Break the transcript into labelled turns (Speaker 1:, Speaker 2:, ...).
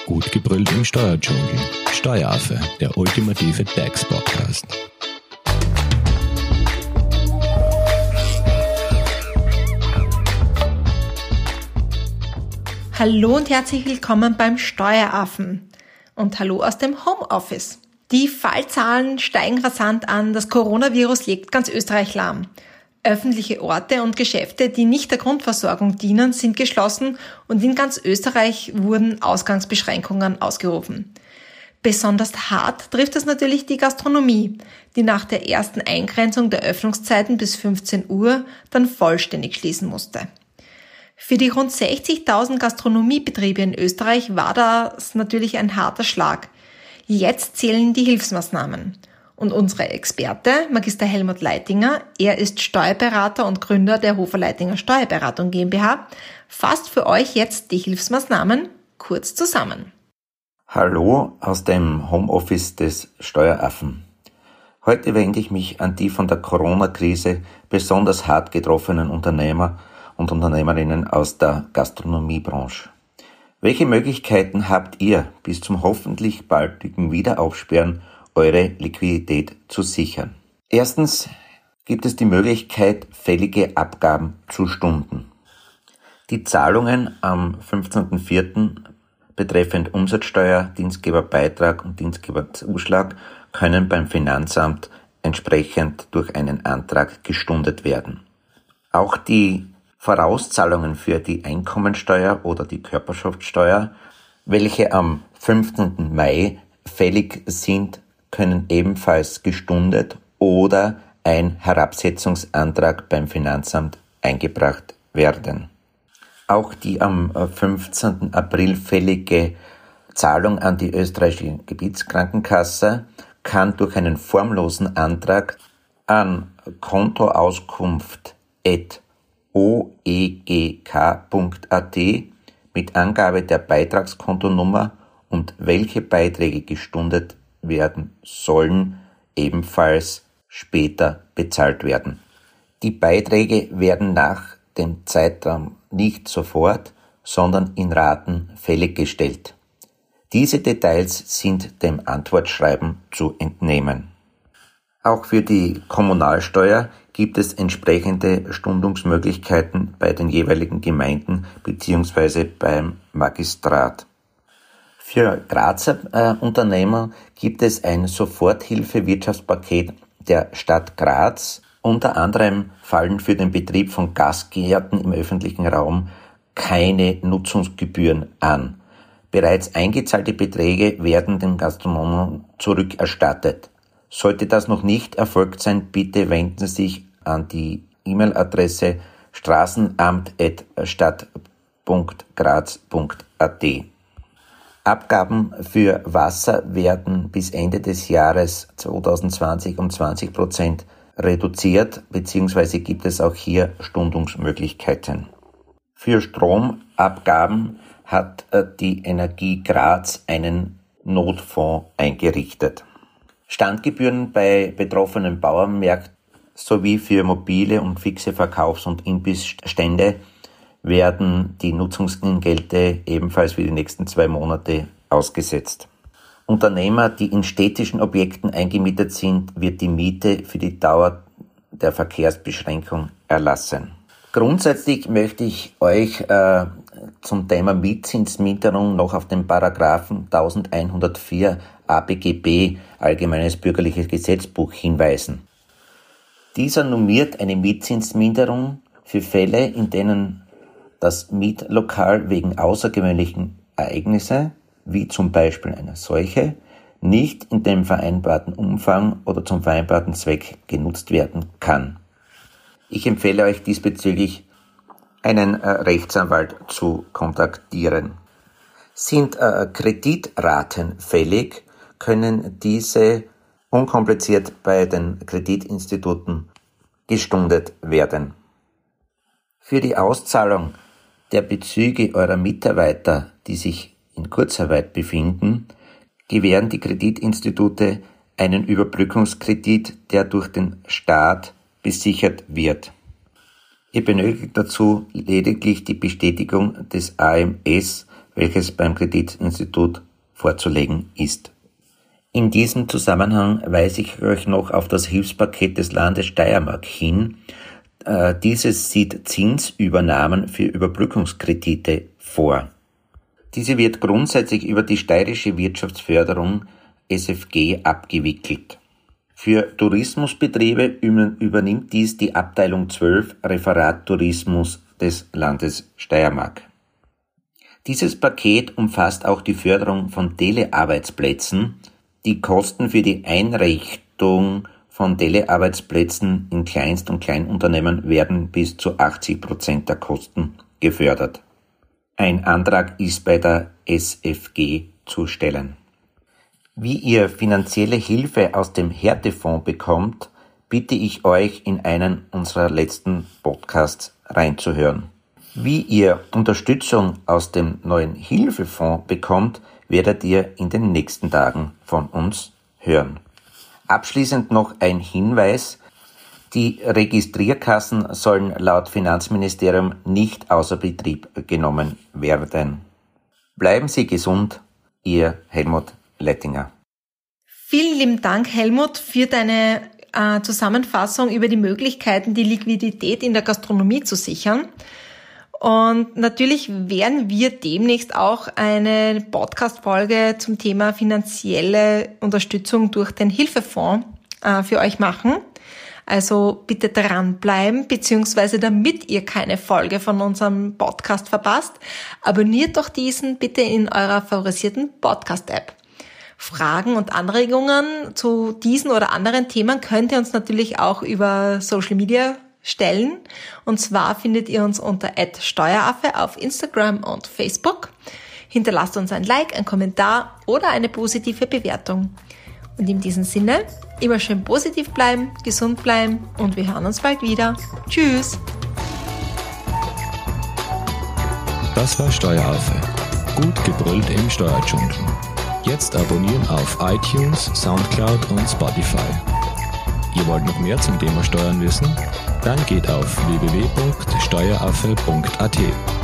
Speaker 1: Gut gebrüllt im Steuerdschungel. Steueraffe, der ultimative DAX-Podcast.
Speaker 2: Hallo und herzlich willkommen beim Steueraffen. Und hallo aus dem Homeoffice. Die Fallzahlen steigen rasant an, das Coronavirus legt ganz Österreich lahm. Öffentliche Orte und Geschäfte, die nicht der Grundversorgung dienen, sind geschlossen und in ganz Österreich wurden Ausgangsbeschränkungen ausgerufen. Besonders hart trifft es natürlich die Gastronomie, die nach der ersten Eingrenzung der Öffnungszeiten bis 15 Uhr dann vollständig schließen musste. Für die rund 60.000 Gastronomiebetriebe in Österreich war das natürlich ein harter Schlag. Jetzt zählen die Hilfsmaßnahmen. Und unsere Experte, Magister Helmut Leitinger, er ist Steuerberater und Gründer der Hofer Leitinger Steuerberatung GmbH, fasst für euch jetzt die Hilfsmaßnahmen kurz zusammen.
Speaker 3: Hallo aus dem Homeoffice des Steueraffen. Heute wende ich mich an die von der Corona-Krise besonders hart getroffenen Unternehmer und Unternehmerinnen aus der Gastronomiebranche. Welche Möglichkeiten habt ihr, bis zum hoffentlich baldigen Wiederaufsperren eure Liquidität zu sichern? Erstens gibt es die Möglichkeit, fällige Abgaben zu stunden. Die Zahlungen am 15.04. betreffend Umsatzsteuer, Dienstgeberbeitrag und Dienstgeberzuschlag können beim Finanzamt entsprechend durch einen Antrag gestundet werden. Auch die Vorauszahlungen für die Einkommensteuer oder die Körperschaftssteuer, welche am 15. Mai fällig sind, können ebenfalls gestundet oder ein Herabsetzungsantrag beim Finanzamt eingebracht werden. Auch die am 15. April fällige Zahlung an die österreichische Gebietskrankenkasse kann durch einen formlosen Antrag an kontoauskunft@oegk.at mit Angabe der Beitragskontonummer und welche Beiträge gestundet werden sollen, ebenfalls später bezahlt werden. Die Beiträge werden nach dem Zeitraum nicht sofort, sondern in Raten fällig gestellt. Diese Details sind dem Antwortschreiben zu entnehmen. Auch für die Kommunalsteuer gibt es entsprechende Stundungsmöglichkeiten bei den jeweiligen Gemeinden bzw. beim Magistrat. Für Grazer Unternehmer gibt es ein Soforthilfe-Wirtschaftspaket der Stadt Graz. Unter anderem fallen für den Betrieb von Gastgärten im öffentlichen Raum keine Nutzungsgebühren an. Bereits eingezahlte Beträge werden den Gastronomen zurückerstattet. Sollte das noch nicht erfolgt sein, bitte wenden Sie sich an die E-Mail-Adresse straßenamt@stadt.graz.at. Abgaben für Wasser werden bis Ende des Jahres 2020 um 20% reduziert, beziehungsweise gibt es auch hier Stundungsmöglichkeiten. Für Stromabgaben hat die Energie Graz einen Notfonds eingerichtet. Standgebühren bei betroffenen Bauernmärkten sowie für mobile und fixe Verkaufs- und Imbissstände werden die Nutzungsentgelte ebenfalls für die nächsten 2 Monate ausgesetzt. Unternehmer, die in städtischen Objekten eingemietet sind, wird die Miete für die Dauer der Verkehrsbeschränkung erlassen. Grundsätzlich möchte ich euch zum Thema Mietzinsminderung noch auf den Paragraphen 1104 ABGB, Allgemeines Bürgerliches Gesetzbuch, hinweisen. Dieser normiert eine Mietzinsminderung für Fälle, in denen das Mietlokal wegen außergewöhnlichen Ereignisse, wie zum Beispiel einer Seuche, nicht in dem vereinbarten Umfang oder zum vereinbarten Zweck genutzt werden kann. Ich empfehle euch diesbezüglich, einen Rechtsanwalt zu kontaktieren. Sind Kreditraten fällig, können diese unkompliziert bei den Kreditinstituten gestundet werden. Für die Auszahlung der Bezüge eurer Mitarbeiter, die sich in Kurzarbeit befinden, gewähren die Kreditinstitute einen Überbrückungskredit, der durch den Staat besichert wird. Ihr benötigt dazu lediglich die Bestätigung des AMS, welches beim Kreditinstitut vorzulegen ist. In diesem Zusammenhang weise ich euch noch auf das Hilfspaket des Landes Steiermark hin. Dieses sieht Zinsübernahmen für Überbrückungskredite vor. Diese wird grundsätzlich über die Steirische Wirtschaftsförderung SFG abgewickelt. Für Tourismusbetriebe übernimmt dies die Abteilung 12 Referat Tourismus des Landes Steiermark. Dieses Paket umfasst auch die Förderung von Telearbeitsplätzen. Die Kosten für die Einrichtung von Telearbeitsplätzen in Kleinst- und Kleinunternehmen werden bis zu 80% der Kosten gefördert. Ein Antrag ist bei der SFG zu stellen. Wie ihr finanzielle Hilfe aus dem Härtefonds bekommt, bitte ich euch in einen unserer letzten Podcasts reinzuhören. Wie ihr Unterstützung aus dem neuen Hilfefonds bekommt, werdet ihr in den nächsten Tagen von uns hören. Abschließend noch ein Hinweis. Die Registrierkassen sollen laut Finanzministerium nicht außer Betrieb genommen werden. Bleiben Sie gesund, Ihr Helmut Lettinger.
Speaker 2: Vielen lieben Dank, Helmut, für deine Zusammenfassung über die Möglichkeiten, die Liquidität in der Gastronomie zu sichern. Und natürlich werden wir demnächst auch eine Podcast-Folge zum Thema finanzielle Unterstützung durch den Hilfefonds für euch machen. Also bitte dranbleiben, beziehungsweise damit ihr keine Folge von unserem Podcast verpasst, abonniert doch diesen bitte in eurer favorisierten Podcast-App. Fragen und Anregungen zu diesen oder anderen Themen könnt ihr uns natürlich auch über Social Media stellen. Und zwar findet ihr uns unter @Steueraffe auf Instagram und Facebook. Hinterlasst uns ein Like, ein Kommentar oder eine positive Bewertung. Und in diesem Sinne, immer schön positiv bleiben, gesund bleiben und wir hören uns bald wieder. Tschüss!
Speaker 1: Das war Steueraffe. Gut gebrüllt im Steuerdschungel. Jetzt abonnieren auf iTunes, Soundcloud und Spotify. Ihr wollt noch mehr zum Thema Steuern wissen? Dann geht auf www.steueraffe.at.